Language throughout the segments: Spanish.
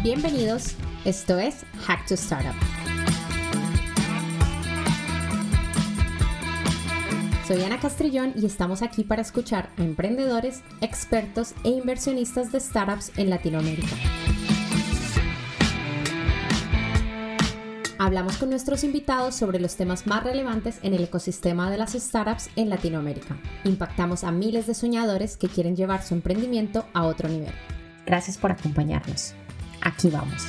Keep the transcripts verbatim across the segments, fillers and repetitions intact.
Bienvenidos, esto es Hack to Startup. Soy Ana Castrillón y estamos aquí para escuchar a emprendedores, expertos e inversionistas de startups en Latinoamérica. Hablamos con nuestros invitados sobre los temas más relevantes en el ecosistema de las startups en Latinoamérica. Impactamos a miles de soñadores que quieren llevar su emprendimiento a otro nivel. Gracias por acompañarnos. Aquí vamos.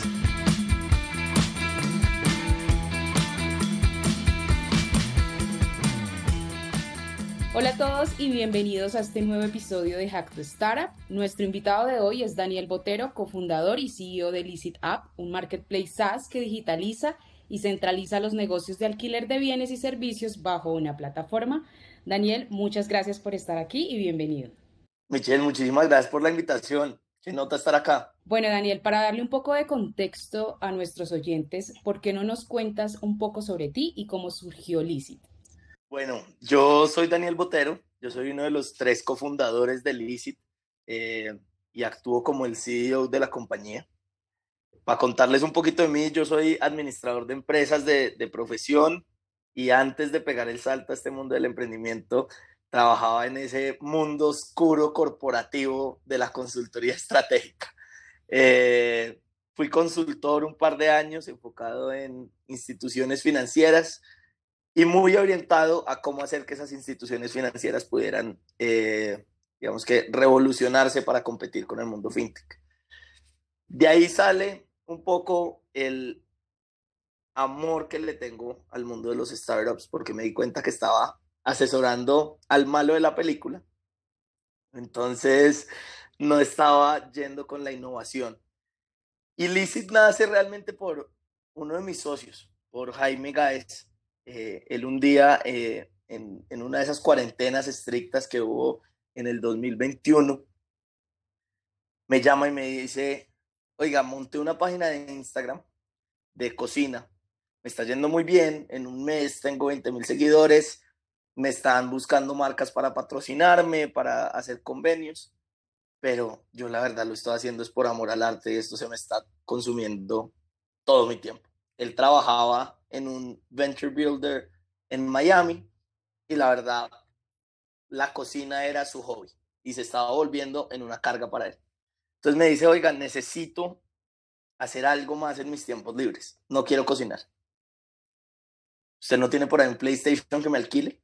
Hola a todos y bienvenidos a este nuevo episodio de Hack to Startup. Nuestro invitado de hoy es Daniel Botero, cofundador y C E O de Licit App, un marketplace SaaS que digitaliza y centraliza los negocios de alquiler de bienes y servicios bajo una plataforma. Daniel, muchas gracias por estar aquí y bienvenido. Michelle, muchísimas gracias por la invitación. Qué nota estar acá. Bueno, Daniel, para darle un poco de contexto a nuestros oyentes, ¿por qué no nos cuentas un poco sobre ti y cómo surgió Licit? Bueno, yo soy Daniel Botero, yo soy uno de los tres cofundadores de Licit eh, y actúo como el C E O de la compañía. Para contarles un poquito de mí, yo soy administrador de empresas de, de profesión y antes de pegar el salto a este mundo del emprendimiento, trabajaba en ese mundo oscuro corporativo de la consultoría estratégica. Eh, fui consultor un par de años enfocado en instituciones financieras y muy orientado a cómo hacer que esas instituciones financieras pudieran, eh, digamos que, revolucionarse para competir con el mundo fintech. De ahí sale un poco el amor que le tengo al mundo de los startups, porque me di cuenta que estaba asesorando al malo de la película. Entonces, no estaba yendo con la innovación. Y Licit nace realmente por uno de mis socios, por Jaime Gáez. Eh, él un día, eh, en, en una de esas cuarentenas estrictas que hubo en el dos mil veintiuno, me llama y me dice, oiga, monté una página de Instagram de cocina. Me está yendo muy bien, en un mes tengo veinte mil seguidores, me están buscando marcas para patrocinarme, para hacer convenios, pero yo la verdad lo estoy haciendo es por amor al arte y esto se me está consumiendo todo mi tiempo. Él trabajaba en un venture builder en Miami y la verdad la cocina era su hobby y se estaba volviendo en una carga para él. Entonces me dice, oiga, necesito hacer algo más en mis tiempos libres, no quiero cocinar. ¿Usted no tiene por ahí un PlayStation que me alquile?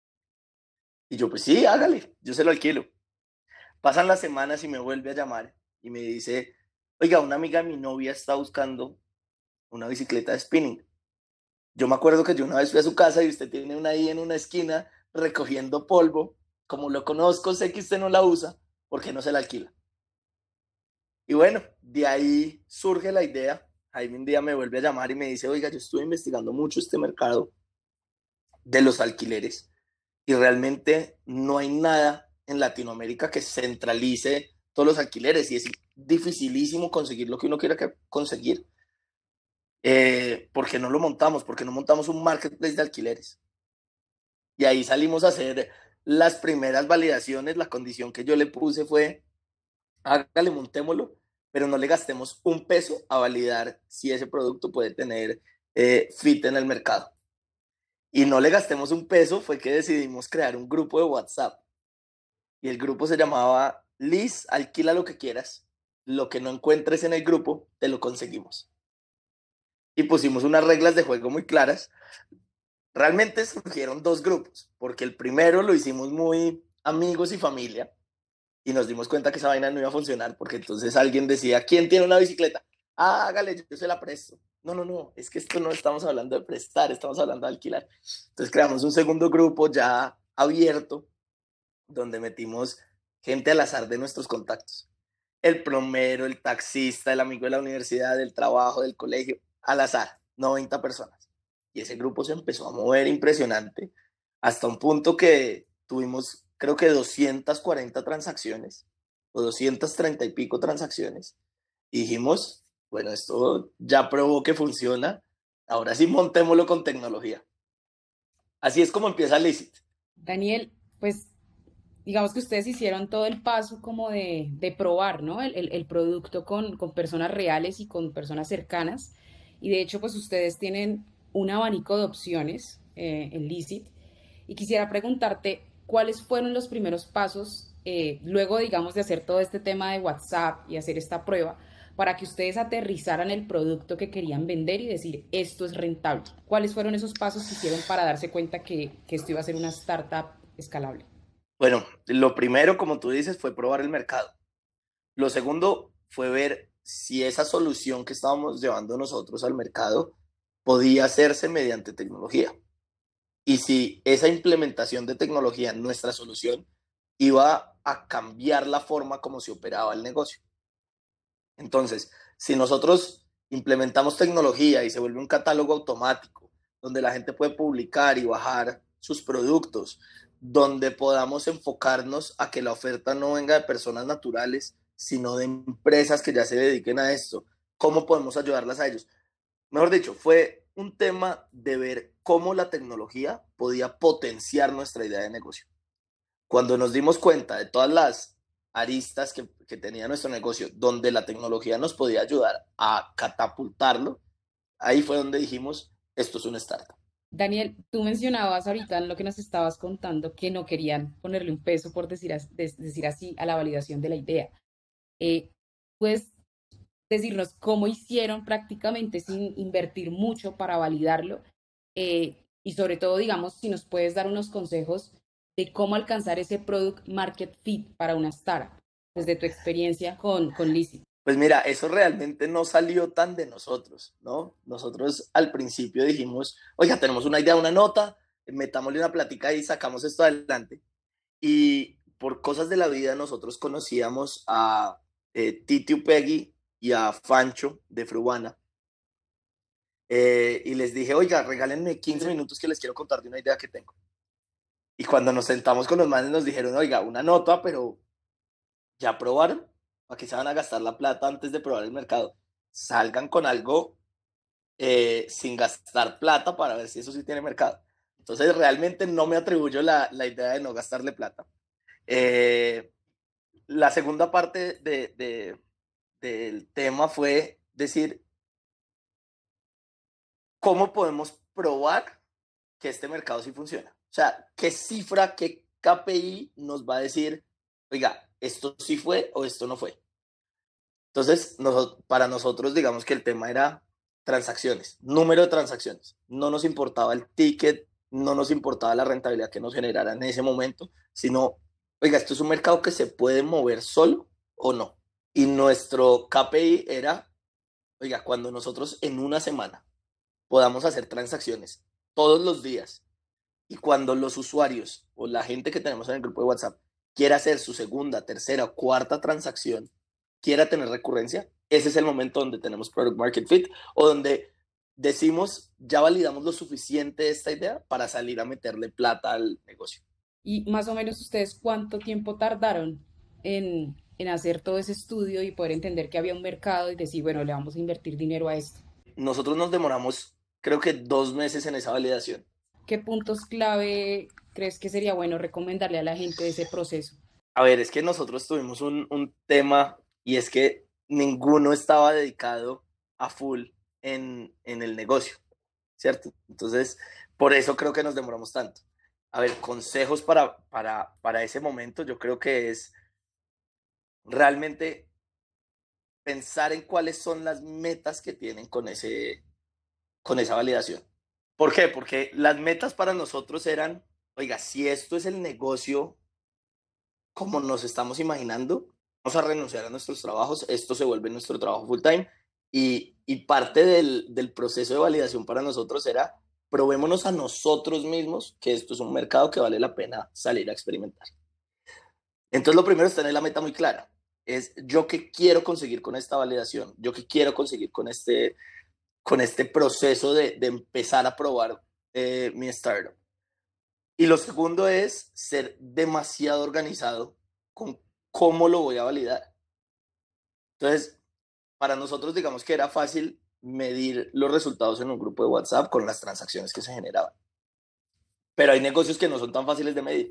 Y yo, pues sí, hágale, yo se lo alquilo. Pasan las semanas y me vuelve a llamar y me dice, oiga, una amiga de mi novia está buscando una bicicleta de spinning. Yo me acuerdo que yo una vez fui a su casa y usted tiene una ahí en una esquina recogiendo polvo. Como lo conozco, sé que usted no la usa, ¿por qué no se la alquila? Y bueno, de ahí surge la idea. Jaime un día me vuelve a llamar y me dice, oiga, yo estuve investigando mucho este mercado de los alquileres y realmente no hay nada en Latinoamérica que centralice todos los alquileres y es dificilísimo conseguir lo que uno quiera conseguir. Eh, ¿Por qué no lo montamos? ¿Por qué no montamos un marketplace de alquileres? Y ahí salimos a hacer las primeras validaciones. La condición que yo le puse fue, hágale, montémoslo, pero no le gastemos un peso a validar si ese producto puede tener eh, fit en el mercado. Y no le gastemos un peso, fue que decidimos crear un grupo de WhatsApp. Y el grupo se llamaba Liz, alquila lo que quieras. Lo que no encuentres en el grupo, te lo conseguimos. Y pusimos unas reglas de juego muy claras. Realmente surgieron dos grupos, porque el primero lo hicimos muy amigos y familia. Y nos dimos cuenta que esa vaina no iba a funcionar, porque entonces alguien decía, ¿quién tiene una bicicleta? Ah, hágale, yo se la presto. No, no, no, es que esto no estamos hablando de prestar, estamos hablando de alquilar. Entonces creamos un segundo grupo ya abierto, donde metimos gente al azar de nuestros contactos. El plomero, el taxista, el amigo de la universidad, del trabajo, del colegio, al azar, noventa personas. Y ese grupo se empezó a mover impresionante, hasta un punto que tuvimos, creo que doscientas cuarenta transacciones, o doscientas treinta y pico transacciones. Y dijimos, bueno, esto ya probó que funciona, ahora sí montémoslo con tecnología. Así es como empieza Licit. Daniel, pues digamos que ustedes hicieron todo el paso como de, de probar, ¿no? El, el- el producto con, con personas reales y con personas cercanas. Y de hecho, pues ustedes tienen un abanico de opciones eh, en Licit. Y quisiera preguntarte, ¿cuáles fueron los primeros pasos, eh, luego, digamos, de hacer todo este tema de WhatsApp y hacer esta prueba, para que ustedes aterrizaran el producto que querían vender y decir, esto es rentable? ¿Cuáles fueron esos pasos que hicieron para darse cuenta que, que esto iba a ser una startup escalable? Bueno, lo primero, como tú dices, fue probar el mercado. Lo segundo fue ver si esa solución que estábamos llevando nosotros al mercado podía hacerse mediante tecnología. Y si esa implementación de tecnología en nuestra solución iba a cambiar la forma como se operaba el negocio. Entonces, si nosotros implementamos tecnología y se vuelve un catálogo automático, donde la gente puede publicar y bajar sus productos, donde podamos enfocarnos a que la oferta no venga de personas naturales, sino de empresas que ya se dediquen a esto, ¿cómo podemos ayudarlas a ellos? Mejor dicho, fue un tema de ver cómo la tecnología podía potenciar nuestra idea de negocio. Cuando nos dimos cuenta de todas las aristas que, que tenía nuestro negocio, donde la tecnología nos podía ayudar a catapultarlo, ahí fue donde dijimos, esto es una startup. Daniel, tú mencionabas ahorita en lo que nos estabas contando que no querían ponerle un peso, por decir, as- des- decir así, a la validación de la idea. Eh, ¿Puedes decirnos cómo hicieron prácticamente sin invertir mucho para validarlo? Eh, y sobre todo, digamos, si nos puedes dar unos consejos de cómo alcanzar ese product market fit para una startup, desde tu experiencia con, con Lizzy. Pues mira, eso realmente no salió tan de nosotros, ¿no? Nosotros al principio dijimos, oiga, tenemos una idea, una nota, metámosle una plática y sacamos esto adelante. Y por cosas de la vida nosotros conocíamos a eh, Titi Upegui y a Fancho de Fruana. Eh, y les dije, oiga, regálenme quince minutos que les quiero contar de una idea que tengo. Y cuando nos sentamos con los manes nos dijeron, oiga, una nota, pero ya probaron. ¿Para qué se van a gastar la plata antes de probar el mercado? Salgan con algo eh, sin gastar plata para ver si eso sí tiene mercado. Entonces realmente no me atribuyo la, la idea de no gastarle plata. Eh, la segunda parte de, de, del tema fue decir, ¿cómo podemos probar que este mercado sí funciona? O sea, ¿qué cifra, qué K P I nos va a decir, oiga, esto sí fue o esto no fue? Entonces, nosotros, para nosotros, digamos que el tema era transacciones, número de transacciones. No nos importaba el ticket, no nos importaba la rentabilidad que nos generara en ese momento, sino, oiga, esto es un mercado que se puede mover solo o no. Y nuestro K P I era, oiga, cuando nosotros en una semana podamos hacer transacciones todos los días y cuando los usuarios o la gente que tenemos en el grupo de WhatsApp quiera hacer su segunda, tercera o cuarta transacción, quiera tener recurrencia, ese es el momento donde tenemos product market fit o donde decimos, ya validamos lo suficiente esta idea para salir a meterle plata al negocio. Y más o menos ustedes, ¿cuánto tiempo tardaron en, en hacer todo ese estudio y poder entender que había un mercado y decir, bueno, le vamos a invertir dinero a esto? Nosotros nos demoramos, creo que dos meses en esa validación. ¿Qué puntos clave crees que sería bueno recomendarle a la gente de ese proceso? A ver, es que nosotros tuvimos un, un tema y es que ninguno estaba dedicado a full en, en el negocio, ¿cierto? Entonces, por eso creo que nos demoramos tanto. A ver, consejos para, para, para ese momento, yo creo que es realmente pensar en cuáles son las metas que tienen con, ese, con esa validación. ¿Por qué? Porque las metas para nosotros eran, oiga, si esto es el negocio como nos estamos imaginando, vamos a renunciar a nuestros trabajos, esto se vuelve nuestro trabajo full time y, y parte del, del proceso de validación para nosotros era probémonos a nosotros mismos que esto es un mercado que vale la pena salir a experimentar. Entonces lo primero es tener la meta muy clara, es yo qué quiero conseguir con esta validación, yo qué quiero conseguir con este, con este proceso de, de empezar a probar eh, mi startup. Y lo segundo es ser demasiado organizado con cómo lo voy a validar. Entonces, para nosotros, digamos que era fácil medir los resultados en un grupo de WhatsApp con las transacciones que se generaban. Pero hay negocios que no son tan fáciles de medir.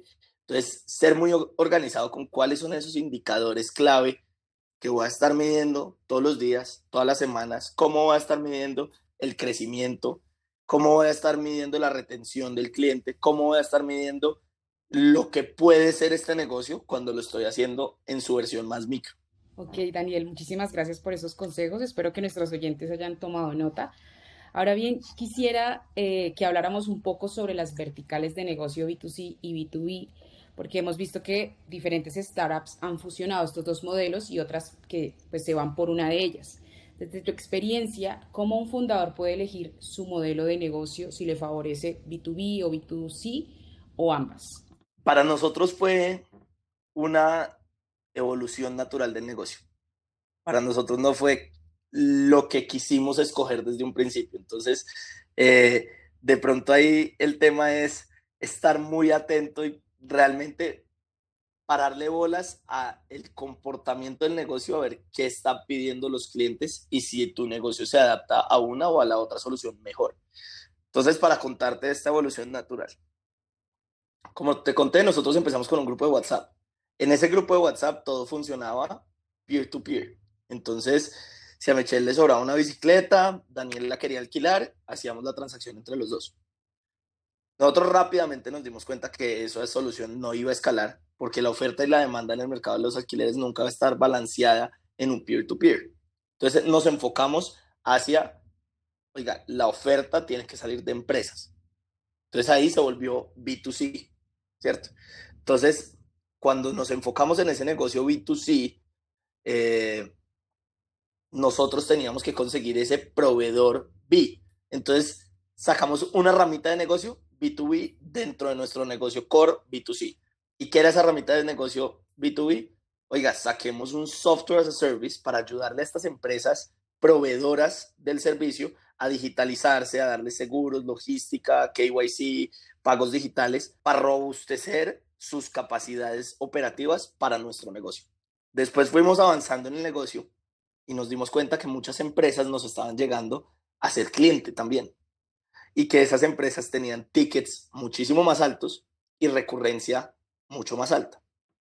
Entonces, ser muy organizado con cuáles son esos indicadores clave que voy a estar midiendo todos los días, todas las semanas, cómo voy a estar midiendo el crecimiento, cómo voy a estar midiendo la retención del cliente, cómo voy a estar midiendo lo que puede ser este negocio cuando lo estoy haciendo en su versión más micro. Ok, Daniel, muchísimas gracias por esos consejos. Espero que nuestros oyentes hayan tomado nota. Ahora bien, quisiera eh, que habláramos un poco sobre las verticales de negocio B dos C y B dos B, porque hemos visto que diferentes startups han fusionado estos dos modelos y otras que pues, se van por una de ellas. Desde tu experiencia, ¿cómo un fundador puede elegir su modelo de negocio si le favorece B dos B o B dos C o ambas? Para nosotros fue una evolución natural del negocio. Para nosotros no fue lo que quisimos escoger desde un principio. Entonces, eh, de pronto ahí el tema es estar muy atento y realmente pararle bolas a el comportamiento del negocio, a ver qué están pidiendo los clientes y si tu negocio se adapta a una o a la otra solución mejor. Entonces, para contarte esta evolución natural, como te conté, nosotros empezamos con un grupo de WhatsApp. En ese grupo de WhatsApp todo funcionaba peer-to-peer. Entonces, si a Michelle le sobraba una bicicleta, Daniel la quería alquilar, hacíamos la transacción entre los dos. Nosotros rápidamente nos dimos cuenta que esa solución no iba a escalar porque la oferta y la demanda en el mercado de los alquileres nunca va a estar balanceada en un peer-to-peer. Entonces nos enfocamos hacia, oiga, la oferta tiene que salir de empresas. Entonces ahí se volvió B dos C, ¿cierto? Entonces, cuando nos enfocamos en ese negocio B dos C, eh, nosotros teníamos que conseguir ese proveedor B. Entonces, sacamos una ramita de negocio B dos B dentro de nuestro negocio core B dos C. ¿Y qué era esa ramita de negocio B dos B? Oiga, saquemos un software as a service para ayudarle a estas empresas proveedoras del servicio a digitalizarse, a darles seguros, logística, K Y C, pagos digitales, para robustecer sus capacidades operativas para nuestro negocio. Después fuimos avanzando en el negocio y nos dimos cuenta que muchas empresas nos estaban llegando a ser cliente también y que esas empresas tenían tickets muchísimo más altos y recurrencia mucho más alta.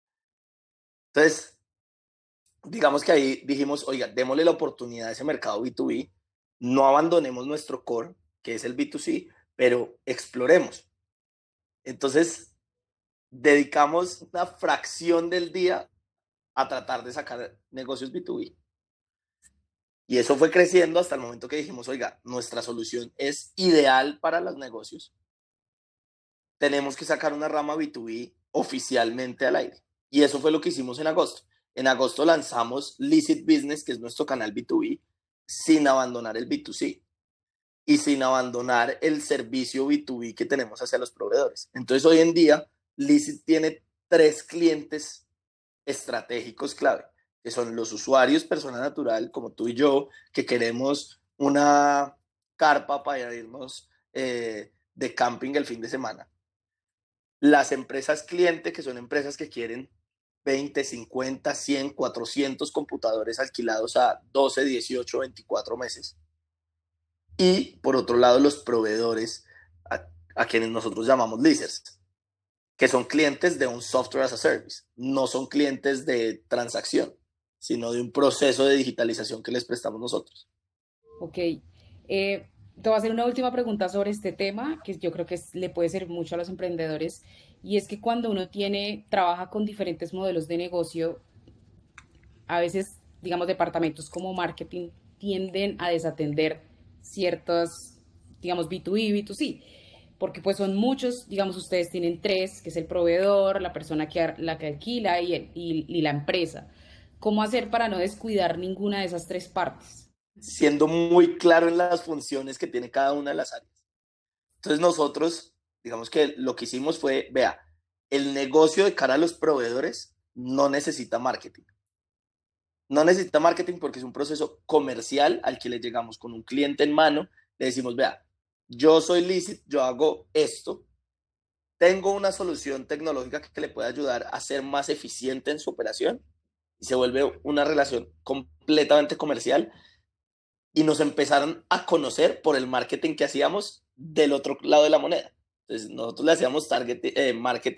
Entonces, digamos que ahí dijimos, oiga, démosle la oportunidad a ese mercado B dos B, no abandonemos nuestro core, que es el B dos C, pero exploremos. Entonces, dedicamos una fracción del día a tratar de sacar negocios B dos B. Y eso fue creciendo hasta el momento que dijimos, oiga, nuestra solución es ideal para los negocios. Tenemos que sacar una rama B dos B oficialmente al aire. Y eso fue lo que hicimos en agosto. En agosto lanzamos Licit Business, que es nuestro canal B dos B, sin abandonar el B dos C y sin abandonar el servicio B dos B que tenemos hacia los proveedores. Entonces, hoy en día, Licit tiene tres clientes estratégicos clave, que son los usuarios, persona natural, como tú y yo, que queremos una carpa para irnos eh, de camping el fin de semana. Las empresas cliente, que son empresas que quieren veinte, cincuenta, cien, cuatrocientos computadores alquilados a doce, dieciocho, veinticuatro meses. Y por otro lado, los proveedores a, a quienes nosotros llamamos leasers, que son clientes de un software as a service, no son clientes de transacción, sino de un proceso de digitalización que les prestamos nosotros. Ok, eh, te voy a hacer una última pregunta sobre este tema, que yo creo que es, le puede servir mucho a los emprendedores, y es que cuando uno tiene, trabaja con diferentes modelos de negocio, a veces, digamos, departamentos como marketing tienden a desatender ciertos, digamos, B dos B y B dos C, porque pues son muchos, digamos, ustedes tienen tres, que es el proveedor, la persona que, la que alquila y, el, y, y la empresa. ¿Cómo hacer para no descuidar ninguna de esas tres partes? Siendo muy claro en las funciones que tiene cada una de las áreas. Entonces nosotros, digamos que lo que hicimos fue, vea, el negocio de cara a los proveedores no necesita marketing. No necesita marketing porque es un proceso comercial al que le llegamos con un cliente en mano, le decimos, vea, yo soy Licit, yo hago esto, tengo una solución tecnológica que le puede ayudar a ser más eficiente en su operación y se vuelve una relación completamente comercial. Y nos empezaron a conocer por el marketing que hacíamos del otro lado de la moneda. Entonces, nosotros le hacíamos target, eh, marketing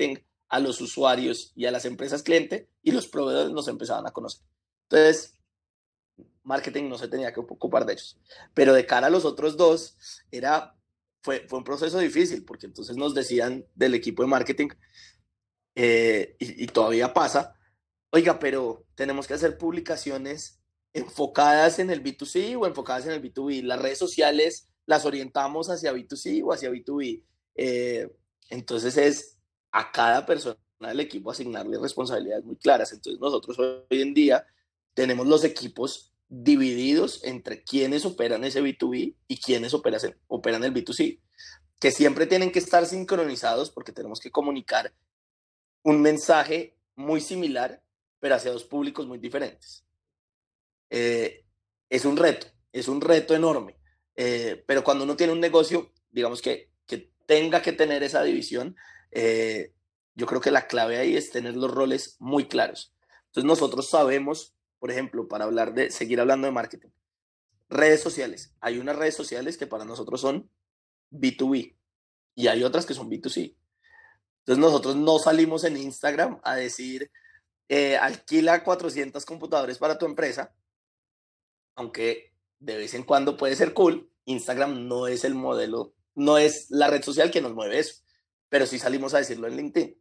a los usuarios y a las empresas cliente, y los proveedores nos empezaban a conocer. Entonces, marketing no se tenía que ocupar de ellos. Pero de cara a los otros dos, era, fue, fue un proceso difícil, porque entonces nos decían del equipo de marketing, eh, y, y todavía pasa, oiga, pero tenemos que hacer publicaciones enfocadas en el B dos C o enfocadas en el B dos B. Las redes sociales las orientamos hacia B dos C o hacia B dos B. Eh, entonces es a cada persona del equipo asignarle responsabilidades muy claras. Entonces nosotros hoy en día tenemos los equipos divididos entre quienes operan ese B dos B y quienes operan, operan el B dos C, que siempre tienen que estar sincronizados porque tenemos que comunicar un mensaje muy similar, pero hacia dos públicos muy diferentes. Eh, es un reto, es un reto enorme, eh, pero cuando uno tiene un negocio, digamos que, que tenga que tener esa división, eh, yo creo que la clave ahí es tener los roles muy claros. Entonces nosotros sabemos, por ejemplo, para hablar de, seguir hablando de marketing, redes sociales. Hay unas redes sociales que para nosotros son B dos B y hay otras que son B dos C. Entonces nosotros no salimos en Instagram a decir, eh, alquila cuatrocientos computadores para tu empresa, aunque de vez en cuando puede ser cool. Instagram no es el modelo, no es la red social que nos mueve eso, pero sí salimos a decirlo en LinkedIn.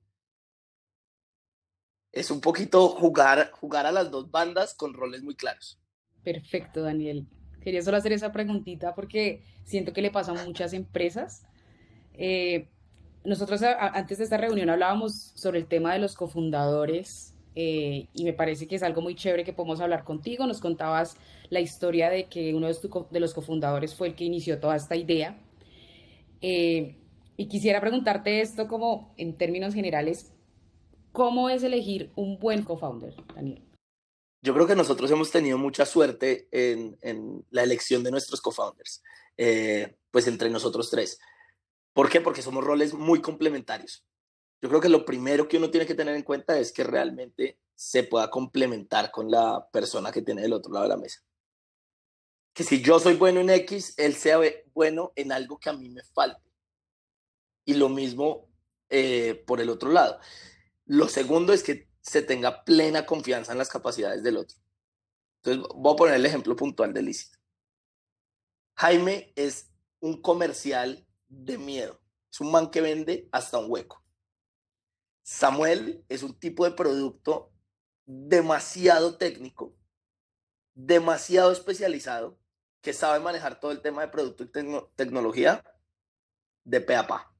Es un poquito jugar, jugar a las dos bandas con roles muy claros. Perfecto, Daniel. Quería solo hacer esa preguntita porque siento que le pasa a muchas empresas. Eh, nosotros a, antes de esta reunión hablábamos sobre el tema de los cofundadores, eh, y me parece que es algo muy chévere que podemos hablar contigo. Nos contabas la historia de que uno de, tu, de los cofundadores fue el que inició toda esta idea. Eh, y quisiera preguntarte esto como en términos generales, ¿cómo es elegir un buen cofounder, Daniel? Yo creo que nosotros hemos tenido mucha suerte en, en la elección de nuestros cofounders, eh, pues entre nosotros tres. ¿Por qué? Porque somos roles muy complementarios. Yo creo que lo primero que uno tiene que tener en cuenta es que realmente se pueda complementar con la persona que tiene del otro lado de la mesa. Que si yo soy bueno en X, él sea bueno en algo que a mí me falte. Y lo mismo eh, por el otro lado. Lo segundo es que se tenga plena confianza en las capacidades del otro. Entonces, voy a poner el ejemplo puntual de Licit. Jaime es un comercial de miedo. Es un man que vende hasta un hueco. Samuel es un tipo de producto demasiado técnico, demasiado especializado, que sabe manejar todo el tema de producto y tecno- tecnología de pe a pa.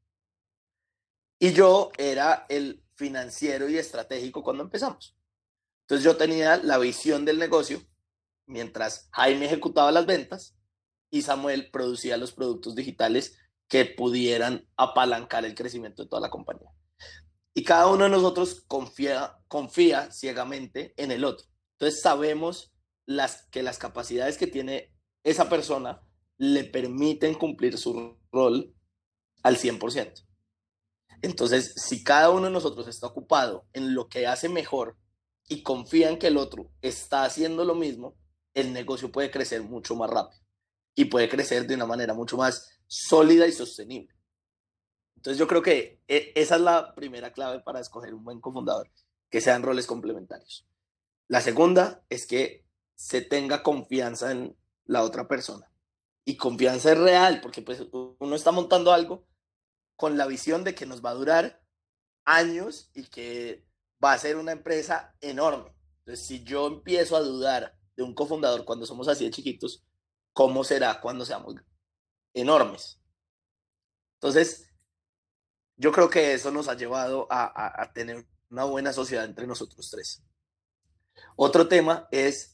Y yo era el financiero y estratégico cuando empezamos. Entonces yo tenía la visión del negocio, mientras Jaime ejecutaba las ventas y Samuel producía los productos digitales que pudieran apalancar el crecimiento de toda la compañía. Y cada uno de nosotros confía, confía ciegamente en el otro. Entonces sabemos las, que las capacidades que tiene esa persona le permiten cumplir su rol al cien por ciento. Entonces, si cada uno de nosotros está ocupado en lo que hace mejor y confía en que el otro está haciendo lo mismo, el negocio puede crecer mucho más rápido y puede crecer de una manera mucho más sólida y sostenible. Entonces yo creo que esa es la primera clave para escoger un buen cofundador, que sean roles complementarios. La segunda es que se tenga confianza en la otra persona. Y confianza es real, porque pues uno está montando algo con la visión de que nos va a durar años y que va a ser una empresa enorme. Entonces, si yo empiezo a dudar de un cofundador cuando somos así de chiquitos, ¿cómo será cuando seamos enormes? Entonces, yo creo que eso nos ha llevado a, a, a tener una buena sociedad entre nosotros tres. Otro tema es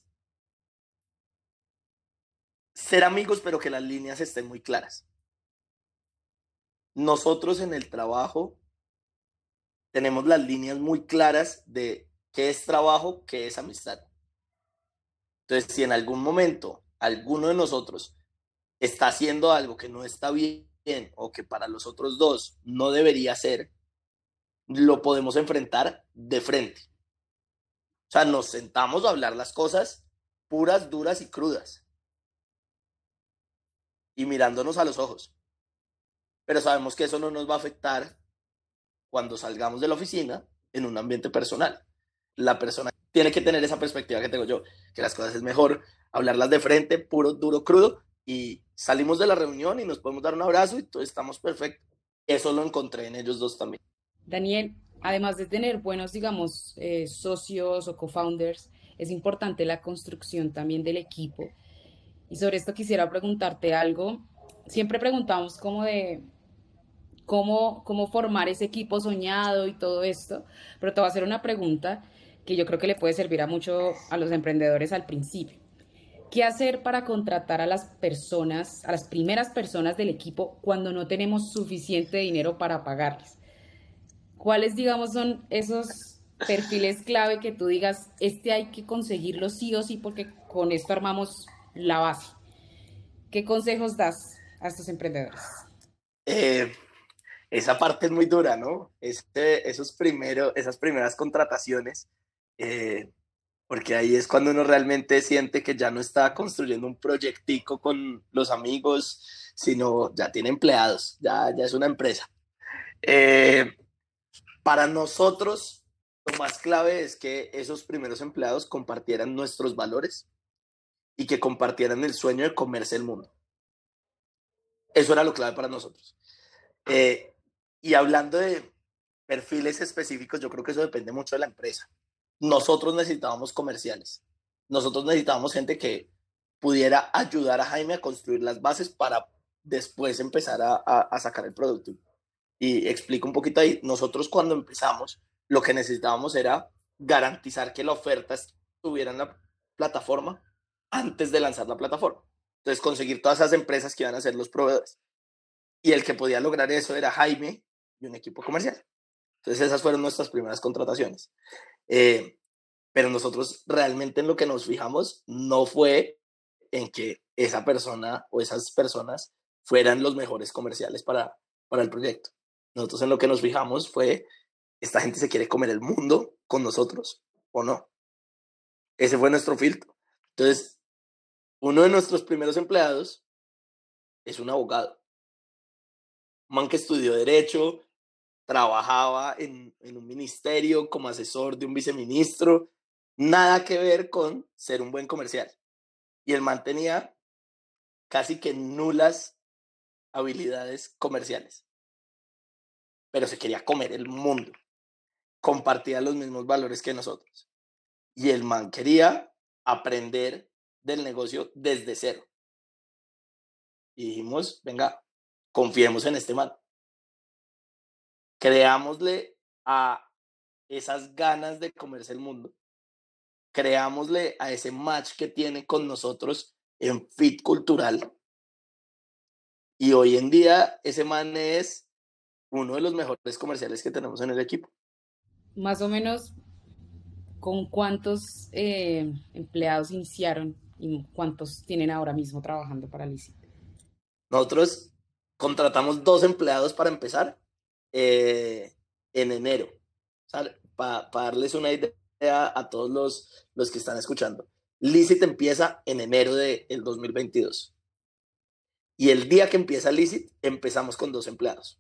ser amigos, pero que las líneas estén muy claras. Nosotros en el trabajo tenemos las líneas muy claras de qué es trabajo, qué es amistad. Entonces, si en algún momento alguno de nosotros está haciendo algo que no está bien o que para los otros dos no debería ser, lo podemos enfrentar de frente. O sea, nos sentamos a hablar las cosas puras, duras y crudas. Y mirándonos a los ojos. Pero sabemos que eso no nos va a afectar cuando salgamos de la oficina en un ambiente personal. La persona tiene que tener esa perspectiva que tengo yo, que las cosas es mejor hablarlas de frente, puro, duro, crudo, y salimos de la reunión y nos podemos dar un abrazo y todo estamos perfectos. Eso lo encontré en ellos dos también. Daniel, además de tener buenos, digamos, eh, socios o co-founders, es importante la construcción también del equipo. Y sobre esto quisiera preguntarte algo. Siempre preguntamos cómo de cómo, cómo formar ese equipo soñado y todo esto, pero te voy a hacer una pregunta que yo creo que le puede servir a mucho a los emprendedores al principio. ¿Qué hacer para contratar a las personas, a las primeras personas del equipo cuando no tenemos suficiente dinero para pagarles? ¿Cuáles, digamos, son esos perfiles clave que tú digas, este hay que conseguirlo sí o sí porque con esto armamos la base? ¿Qué consejos das a estos emprendedores? Eh, esa parte es muy dura, ¿no? Este, esos primero, esas primeras contrataciones, eh, porque ahí es cuando uno realmente siente que ya no está construyendo un proyectico con los amigos, sino ya tiene empleados, ya, ya es una empresa. Eh, para nosotros, lo más clave es que esos primeros empleados compartieran nuestros valores y que compartieran el sueño de comerse el mundo. Eso era lo clave para nosotros. Eh, y hablando de perfiles específicos, yo creo que eso depende mucho de la empresa. Nosotros necesitábamos comerciales. Nosotros necesitábamos gente que pudiera ayudar a Jaime a construir las bases para después empezar a, a, a sacar el producto. Y explico un poquito ahí. Nosotros cuando empezamos, lo que necesitábamos era garantizar que la oferta estuviera en la plataforma antes de lanzar la plataforma. Entonces, conseguir todas esas empresas que iban a ser los proveedores. Y el que podía lograr eso era Jaime y un equipo comercial. Entonces, esas fueron nuestras primeras contrataciones. Eh, pero nosotros realmente en lo que nos fijamos no fue en que esa persona o esas personas fueran los mejores comerciales para, para el proyecto. Nosotros en lo que nos fijamos fue, ¿esta gente se quiere comer el mundo con nosotros o no? Ese fue nuestro filtro. Entonces, uno de nuestros primeros empleados es un abogado. Un man que estudió Derecho, trabajaba en, en un ministerio como asesor de un viceministro, nada que ver con ser un buen comercial. Y el man tenía casi que nulas habilidades comerciales, pero se quería comer el mundo, compartía los mismos valores que nosotros. Y el man quería aprender del negocio desde cero. Y dijimos, venga, confiemos en este man. Creámosle a esas ganas de comerse el mundo. Creámosle a ese match que tiene con nosotros en fit cultural. Y hoy en día ese man es uno de los mejores comerciales que tenemos en el equipo. Más o menos, ¿con cuántos eh, empleados iniciaron y cuántos tienen ahora mismo trabajando para Licit? Nosotros contratamos dos empleados para empezar eh, en enero. O sea, para pa darles una idea a todos los, los que están escuchando. Licit empieza en enero del de dos mil veintidós. Y el día que empieza Licit, empezamos con dos empleados.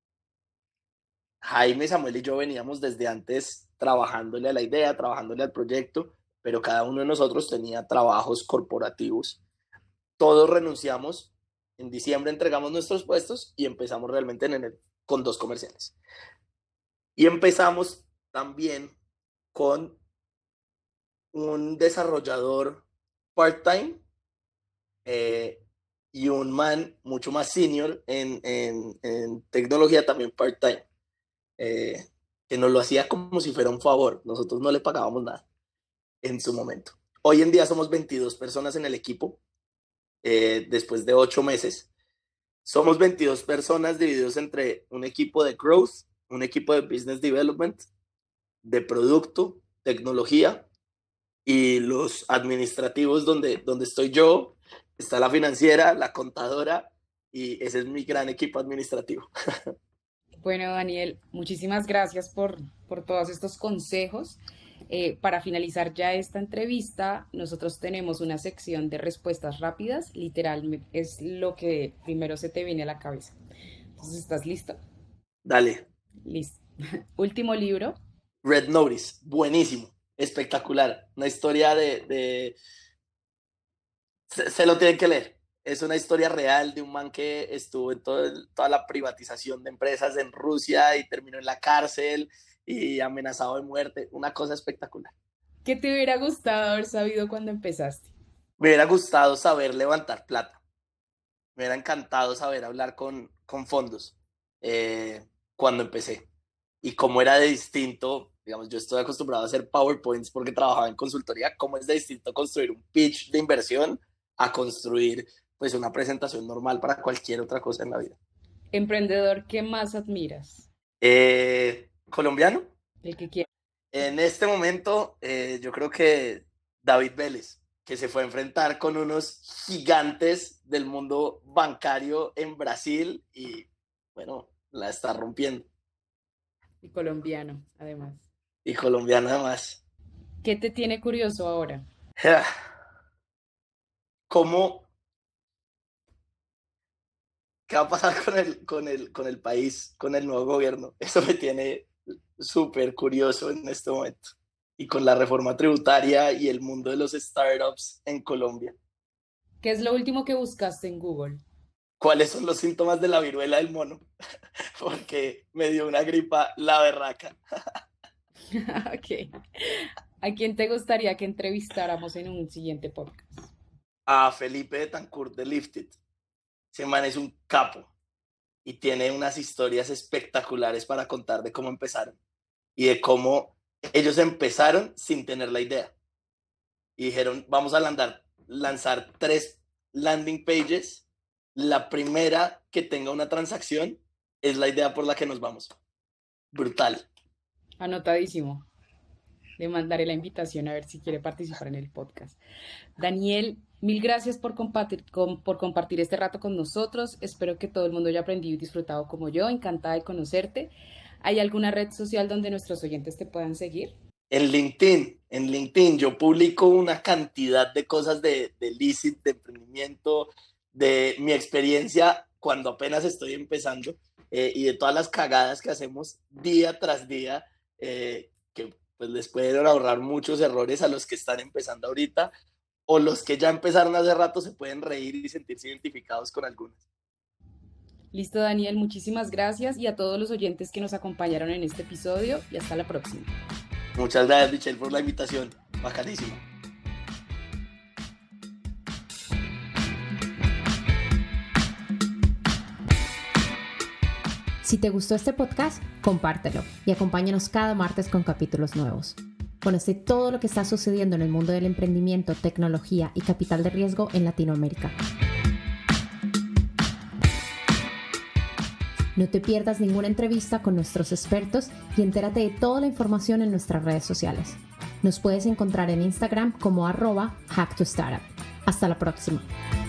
Jaime, Samuel y yo veníamos desde antes trabajándole a la idea, trabajándole al proyecto, pero cada uno de nosotros tenía trabajos corporativos. Todos renunciamos. En diciembre entregamos nuestros puestos y empezamos realmente en enero con dos comerciales. Y empezamos también con un desarrollador part-time eh, y un man mucho más senior en, en, en tecnología también part-time, eh, que nos lo hacía como si fuera un favor. Nosotros no le pagábamos nada en su momento. Hoy en día somos veintidós personas en el equipo, eh, después de ocho meses. Somos veintidós personas divididos entre un equipo de growth, un equipo de business development, de producto, tecnología y los administrativos donde, donde estoy yo, está la financiera, la contadora y ese es mi gran equipo administrativo. Bueno, Daniel, muchísimas gracias por, por todos estos consejos. Eh, para finalizar ya esta entrevista, nosotros tenemos una sección de respuestas rápidas, literal es lo que primero se te viene a la cabeza. Entonces, ¿estás listo? Dale. Listo. Último libro. Red Notice, buenísimo, espectacular. Una historia de... de... Se, se lo tienen que leer. Es una historia real de un man que estuvo en todo el, toda la privatización de empresas en Rusia y terminó en la cárcel y amenazado de muerte. Una cosa espectacular. ¿Qué te hubiera gustado haber sabido cuando empezaste? Me hubiera gustado saber levantar plata. Me hubiera encantado saber hablar con, con fondos eh, cuando empecé. Y cómo era de distinto, digamos, yo estoy acostumbrado a hacer PowerPoints porque trabajaba en consultoría, cómo es de distinto construir un pitch de inversión a construir pues una presentación normal para cualquier otra cosa en la vida. ¿Emprendedor que más admiras? Eh, ¿Colombiano? El que quieras. En este momento, eh, yo creo que David Vélez, que se fue a enfrentar con unos gigantes del mundo bancario en Brasil y, bueno, la está rompiendo. Y colombiano, además. Y colombiano además. ¿Qué te tiene curioso ahora? ¿Cómo? ¿Qué va a pasar con el, con el, con el país, con el nuevo gobierno? Eso me tiene súper curioso en este momento. Y con la reforma tributaria y el mundo de los startups en Colombia. ¿Qué es lo último que buscaste en Google? ¿Cuáles son los síntomas de la viruela del mono? Porque me dio una gripa la berraca. Ok. ¿A quién te gustaría que entrevistáramos en un siguiente podcast? A Felipe Betancourt de Lifted. Ese man es un capo y tiene unas historias espectaculares para contar de cómo empezaron y de cómo ellos empezaron sin tener la idea. Y dijeron, vamos a lanzar, lanzar tres landing pages. La primera que tenga una transacción es la idea por la que nos vamos. Brutal. Anotadísimo. Le mandaré la invitación a ver si quiere participar en el podcast. Daniel, mil gracias por compartir, con, por compartir este rato con nosotros. Espero que todo el mundo haya aprendido y disfrutado como yo. Encantada de conocerte. ¿Hay alguna red social donde nuestros oyentes te puedan seguir? En LinkedIn, en LinkedIn yo publico una cantidad de cosas de, de Licit, de emprendimiento, de mi experiencia cuando apenas estoy empezando eh, y de todas las cagadas que hacemos día tras día, eh, que pues les pueden ahorrar muchos errores a los que están empezando ahorita o los que ya empezaron hace rato se pueden reír y sentirse identificados con algunas. Listo, Daniel, muchísimas gracias y a todos los oyentes que nos acompañaron en este episodio y hasta la próxima. Muchas gracias, Michelle, por la invitación. Bacanísimo. Si te gustó este podcast, compártelo y acompáñanos cada martes con capítulos nuevos. Conoce todo lo que está sucediendo en el mundo del emprendimiento, tecnología y capital de riesgo en Latinoamérica. No te pierdas ninguna entrevista con nuestros expertos y entérate de toda la información en nuestras redes sociales. Nos puedes encontrar en Instagram como arroba hack to startup. Hasta la próxima.